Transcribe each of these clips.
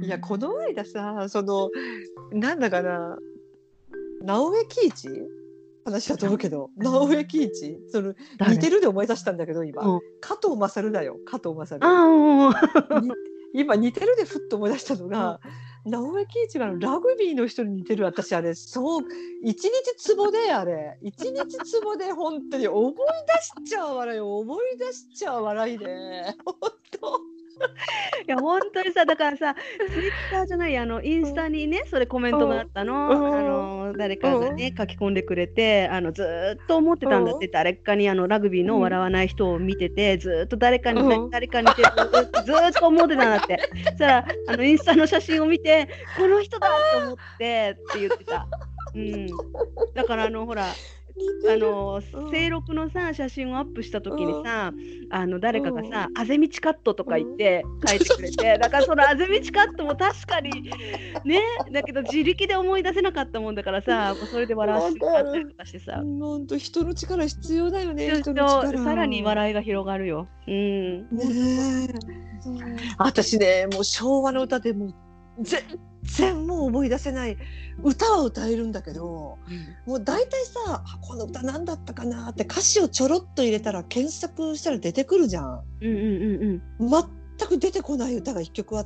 いやこの間さなんだかな直江喜一話は飛ぶけど直江喜一似てるで思い出したんだけど今、加藤勝だよ加藤勝。今似てるでふっと思い出したのが、直江喜一がラグビーの人に似てる。私あれそう一日ツボで一日ツボで本当に思い出しちゃう笑いで本当いや本当にさ、だからさ、ツイッターじゃない、インスタにね、それコメントがあったの。誰かがね、書き込んでくれて、ずーっと思ってたんだって、誰かにラグビーの笑わない人を見てて、ずーっと誰かに似てる、ずーっと思ってたんだって。そしたら、インスタの写真を見て、この人だって思ってって言ってた。だからほら、清六のさ写真をアップした時にさ、誰かがさ、あぜ道カットとか言って書いてくれて、だからそのあぜ道カットも確かにね、だけど自力で思い出せなかったもんだからさ、それで笑わせてもらったりとかしてさ、 本当人の力必要だよね。 人の力さらに笑いが広がるよ。 私ね、もう昭和の歌でも全然もう思い出せない。歌は歌えるんだけど、もう大体さ、この歌何だったかなって歌詞をちょろっと入れたら検索したら出てくるじゃん。全く出てこない歌が一曲あって、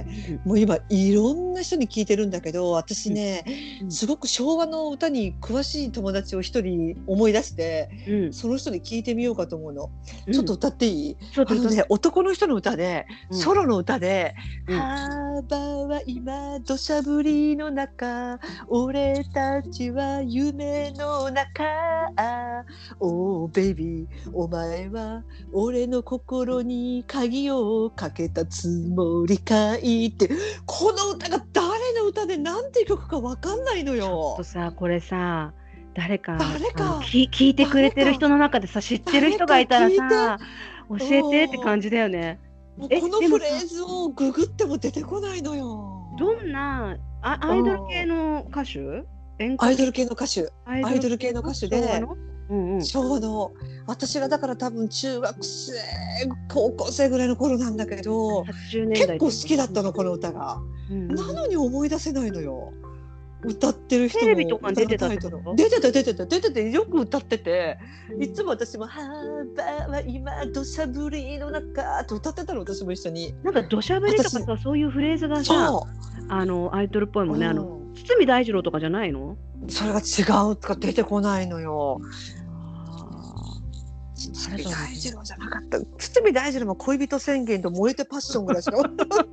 もう今いろんな人に聞いてるんだけど、私ね、すごく昭和の歌に詳しい友達を一人思い出して、その人に聞いてみようかと思うの。ちょっと歌っていい？男の人の歌で、ソロの歌で、幅は今土砂降りの中、俺たちは夢の中、Oh baby お前は俺の心に鍵をかけたつもりかいって、この歌が誰の歌でなんて曲か分かんないのよ。ちょっとさ、これさ、誰か聞いてくれてる人の中でさ、知ってる人がいたらさ、教えてって感じだよね。 このフレーズをググっても出てこないのよ。 どんなアイドル系の歌手？ アイドル系の歌手で、昭和の、私がだから多分中学生高校生ぐらいの頃なんだけど、結構好きだったのこの歌が、なのに思い出せないのよ。歌ってる人もテレビとかに出てたってこと？ 出ててよく歌ってて、いつも私も幅は今土砂降りの中と歌ってたの、私も一緒に。 なんか土砂降りとかさ、そういうフレーズがさ、アイドルっぽいもんね。堤大二郎とかじゃないの？ それが違うとか出てこないのよ。堤大二郎じゃなかった。堤大二郎も恋人宣言と燃えてパッションぐらいしか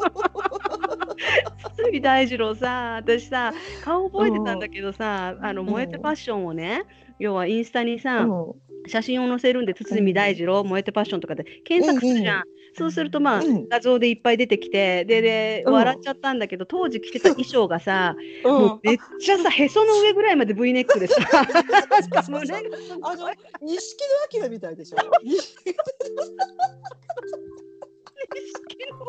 堤大二郎さ、私さ顔覚えてたんだけどさ、燃えてパッションをね、要はインスタにさ、写真を載せるんで、堤大二郎、燃えてパッションとかで検索するじゃん。そうすると画像でいっぱい出てきて、で笑っちゃったんだけど、当時着てた衣装がさ、もうめっちゃさ、へその上ぐらいまで V ネックでさ、 錦野旦みたいでしょ。錦野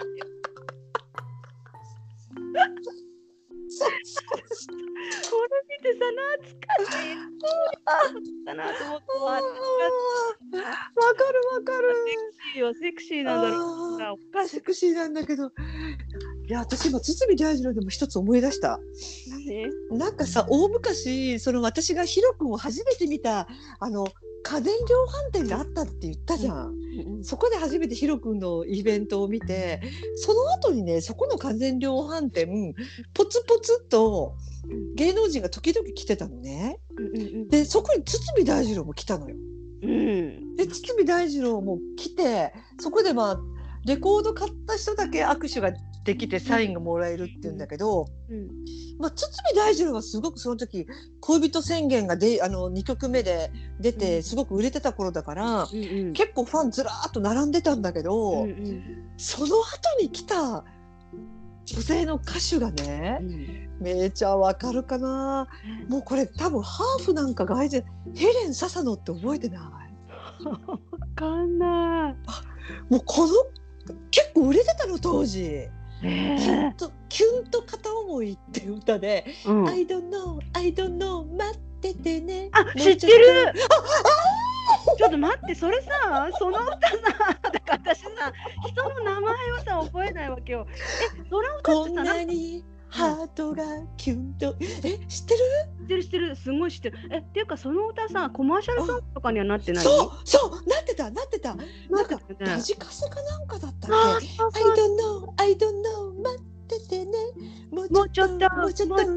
これ見てさ、懐かしいだなと思って。 わかる。 セクシーなんだろう。 セクシーなんだけど、いや私今堤大二郎でも一つ思い出した。なんかさ、大昔私がヒロ君を初めて見た家電量販店があったって言ったじゃん。そこで初めてヒロ君のイベントを見て、その後にね、そこの家電量販店ポツポツと芸能人が時々来てたのね。でそこに堤大二郎も来たのよ。で堤大二郎も来て、そこでレコード買った人だけ握手ができてサインがもらえるって言うんだけど、堤大二郎はすごくその時恋人宣言が2曲目で出てすごく売れてた頃だから、結構ファンずらーっと並んでたんだけど、その後に来た女性の歌手がね、めちゃわかるかな。もうこれ多分ハーフなんか外人、ヘレン・ササノって覚えてない？ わかんない。 もう結構売れてたの当時。キュンと片思いっていう歌で、I don't know 待っててね。 知ってる。ちょっと待って、それさ、その歌さ、 だから私さ、人の名前をさ覚えないわけよ。ドラムこんなにハートがキュンと、知ってる？ 知ってる知ってる、すごい知ってる。っていうかその歌さ、コマーシャルソングとかにはなってない？ そうなってた。なんかラジカセかなんかだったっけ？ I don't know 待っててね、もうちょっと好きだから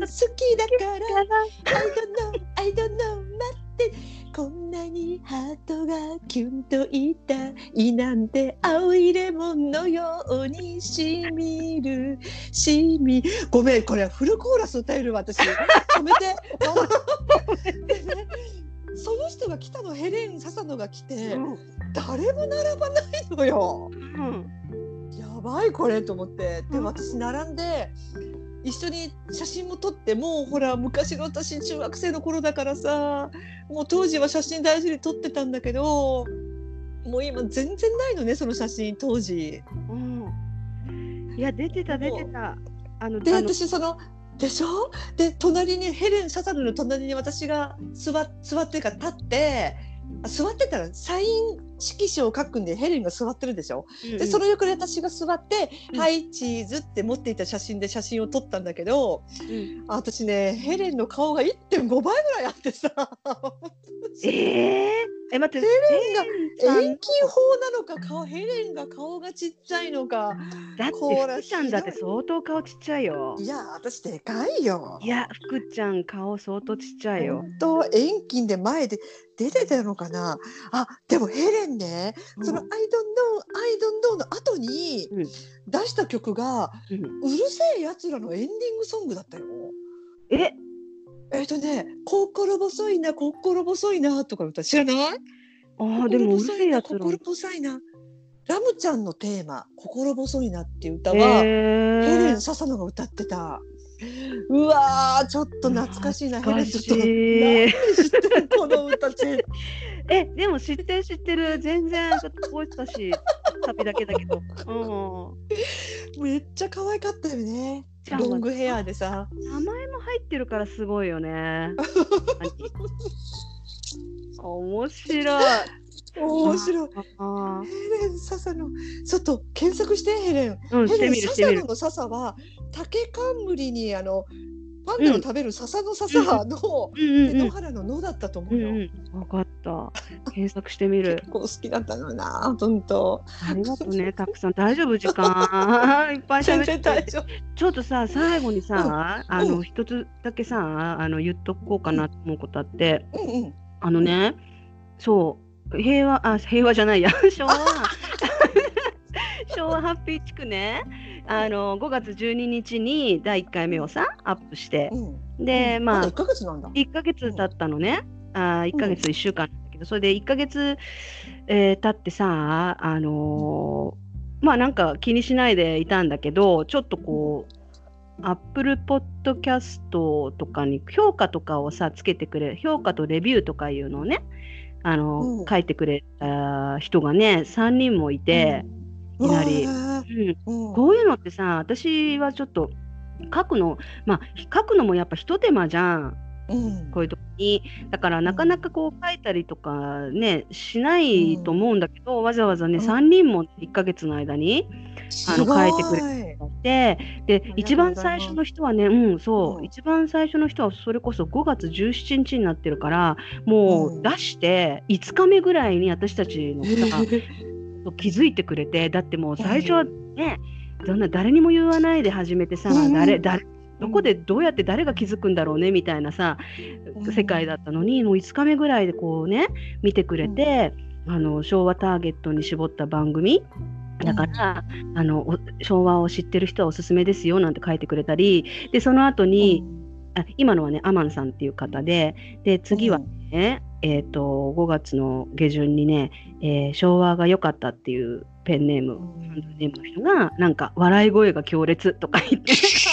I don't know 待って、こんなにハートがキュンと痛いなんて、青いレモンのようにしみるごめん、これフルコーラス歌えるわ私。止めてその人が来たの、ヘレン・ササノが来て、誰も並ばないのよ、やばいこれと思って。で私並んで一緒に写真も撮って、もうほら昔の私中学生の頃だからさ、もう当時は写真大事に撮ってたんだけど、もう今全然ないのね、その写真当時。 いや出てた。で私そのでしょ。で隣にヘレン・ササノの隣に私が座ってか立って、座ってたらサイン色紙を書くんでヘレンが座ってるでしょ、でその横で私が座って、はいチーズって持っていた写真で写真を撮ったんだけど、私ねヘレンの顔が 1.5 倍ぐらいあってさ待って、 ヘレンが遠近法なのか、ヘレンが顔がちっちゃいのか。 だって福ちゃんだって相当顔ちっちゃいよ。 いや私でかいよ。 いや福ちゃん顔相当ちっちゃいよ。 本当遠近で前で出てたのかな。でもヘレンね、その I don't know の後に出した曲が、うるせえやつらのエンディングソングだったよ。心細いなとか歌知らない？ でもうるせえやつら、 心細いな、ラムちゃんのテーマ心細いなっていう歌は、ヘレン・ササノが歌ってた。うわーちょっと懐かしいな。ヘレンちょっとなんで知ってるこの歌でも知ってる全然ちょっと覚えてたし、旅だけだけど、 めっちゃ可愛かったよね、ロングヘアでさ。 名前も入ってるからすごいよね面白い。 ヘレン・ササノ、ちょっと検索してヘレン。ヘレン・ササノのササは竹冠にパンダの食べる笹の笹の野原の野だったと思うよ。 分かった。検索してみる。 結構好きだったのな、本当。 ありがとうね、たくさん。大丈夫時間いっぱい喋って。ちょっとさ、最後にさ、一つだけさ、言っとこうかなと思うことあって、そう、平和じゃないや、昭和ハッピー地区ね、5月12日に第1回目をさアップして、でまあ1ヶ月なんだ。1ヶ月経ったのね。1ヶ月1週間なんだけど、それで1ヶ月、経ってさ、まあなんか気にしないでいたんだけど、ちょっとこうApple Podcast とかに評価とかをさつけてくれ、評価とレビューとかいうのをね、書いてくれた人がね3人もいて、いきなり、こういうのってさ、私はちょっと書くのもやっぱ一手間じゃん、こういう時に。だからなかなかこう書いたりとかねしないと思うんだけど、わざわざね3人も1ヶ月の間に書いてくれて、で一番最初の人はね、一番最初の人はそれこそ5月17日になってるから、もう出して5日目ぐらいに私たちのさ気づいてくれて、だってもう最初はね、そんな誰にも言わないで始めてさ、どこでどうやって誰が気づくんだろうねみたいなさ、世界だったのに、もう5日目ぐらいでこうね見てくれて、昭和ターゲットに絞った番組だから、昭和を知ってる人はおすすめですよなんて書いてくれたり、でその後に、今のはねアマンさんっていう方で、次はね、5月の下旬にね、昭和が良かったっていうペンネームの人がなんか笑い声が強烈とか言って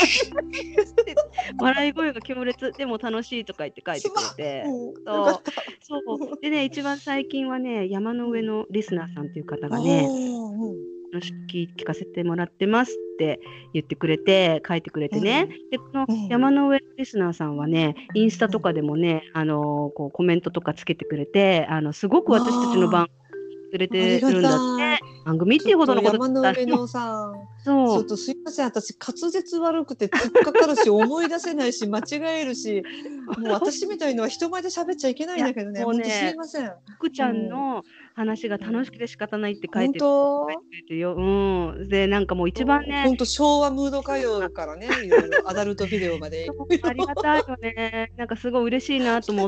笑い声が強烈でも楽しいとか言って書いてくれて、そうでね、一番最近はね山の上のリスナーさんっていう方がね、聞かせてもらってますって言ってくれて書いてくれてね、でこの山の上のリスナーさんはねインスタとかでもねこうコメントとかつけてくれて、すごく私たちの番組くれてるんだって。 番組っていうほどのこと山の上のさん、ちそう。 ょっとすいません、私滑舌悪くて突っかかるし思い出せないし間違えるし、もう私みたいのは人前で喋っちゃいけないんだけどね、 もう本当すいね、 ません。 福ちゃんの話が楽しくて仕方ないって書い本て当くれてるよ。うん。で、なんかもう一番ね、 本当昭和ムード歌謡からね、いろいろアダルトビデオまで。 ありがたいよね。なんかすごい嬉しいなと思って、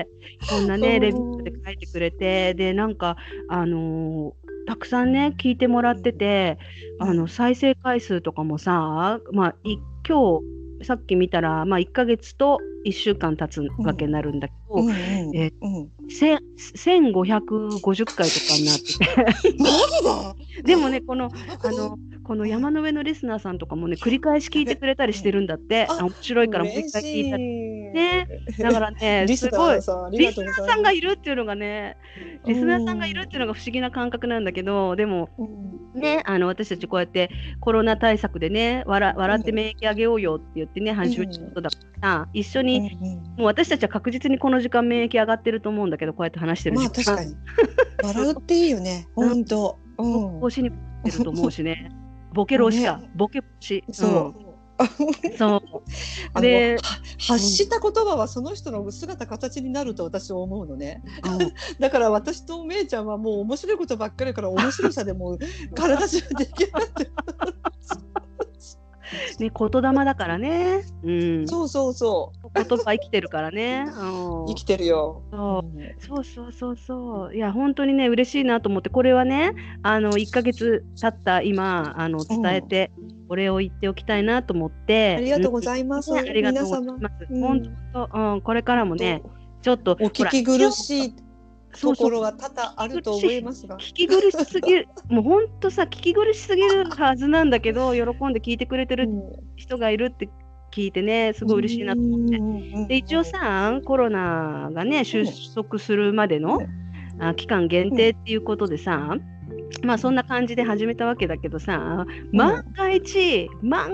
こんなね、レビューで書いてくれて、で、なんか、たくさんね、聞いてもらってて、再生回数とかもさ、今日、さっき見たら、1ヶ月と1週間経つわけになるんだけど、1550回とかになってて。でもね、この山の上のリスナーさんとかもね、繰り返し聞いてくれたりしてるんだって。面白いからもう一回聞いたり。ね。だからね、すごい、リスナーさんがいるっていうのがね、リスナーさんがいるっていうのが不思議な感覚なんだけど、でも、ね、私たちこうやってコロナ対策でね、笑って免疫あげようよって言ってね、始めたことだからさ、一緒に、もう私たちは確実にこの時間免疫上がってると思うんだけど、こうやって話してる時間。 まあ確かに。笑うっていいよね、本当。 防止にもってると思うしね。ボケ防止か、ボケ防止。 そう。 そう。で、 発した言葉はその人の姿形になると私は思うのね。だから私とめいちゃんはもう面白いことばっかりから面白さでも体中できなって。 ね、言霊だからね。 そうそうそう。 言葉生きてるからね。 生きてるよ。 そう。いや、本当にね、嬉しいなと思って、これはね、1ヶ月経った今、伝えて、お礼を言っておきたいなと思って。 ありがとうございます。 ありがとうございます。本当、これからもね、ちょっと。 お聞き苦しいところは多々あると思いますが。 聞き苦しすぎる。もう本当さ、聞き苦しすぎるはずなんだけど、喜んで聞いてくれてる人がいるって聞いてね、すごい嬉しいなと思って。で、一応さ、コロナがね、収束するまでの期間限定っていうことでさ、そんな感じで始めたわけだけどさ、万が一、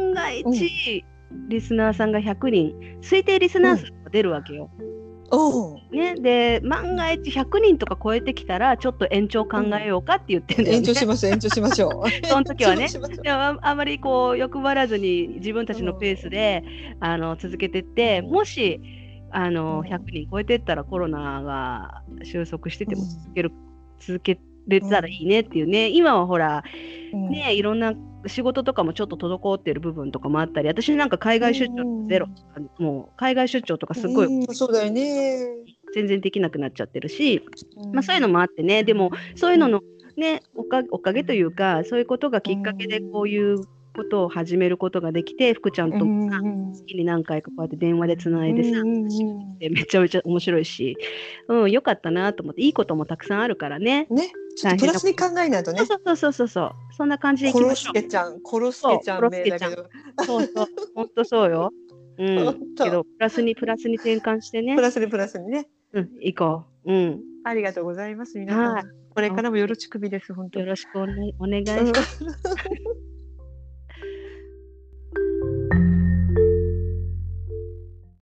リスナーさんが100人、推定リスナー数が出るわけよ。ね、で万が一100人とか超えてきたらちょっと延長考えようかって言ってんだよね。 延長しましょう。 その時はね。でもあまりこう欲張らずに自分たちのペースで続けてって、もし100人超えてったらコロナが収束してても続けれたらいいねっていうね。今はほら、ね、いろんな仕事とかもちょっと滞っている部分とかもあったり、私なんか海外出張ゼロ、もう海外出張とかすごい、 そうだよね、 全然できなくなっちゃってるし、そういうのもあってね。でもそういうののね、おかげというか、そういうことがきっかけでこういうことを始めることができて、福ちゃんと月に何回かこうやって電話でつないでさ、めちゃめちゃ面白いし、よかったなと思って。いいこともたくさんあるからね。 ちょっとプラスに考えないとね。 そうそんな感じでいきましょう。 コロスケちゃん名だけど。 そう本当そうよ。けどプラスに転換してね。 プラスにね。 行こう。 ありがとうございます。皆さん、これからもよろしくびです。本当。 よろしくお願いします。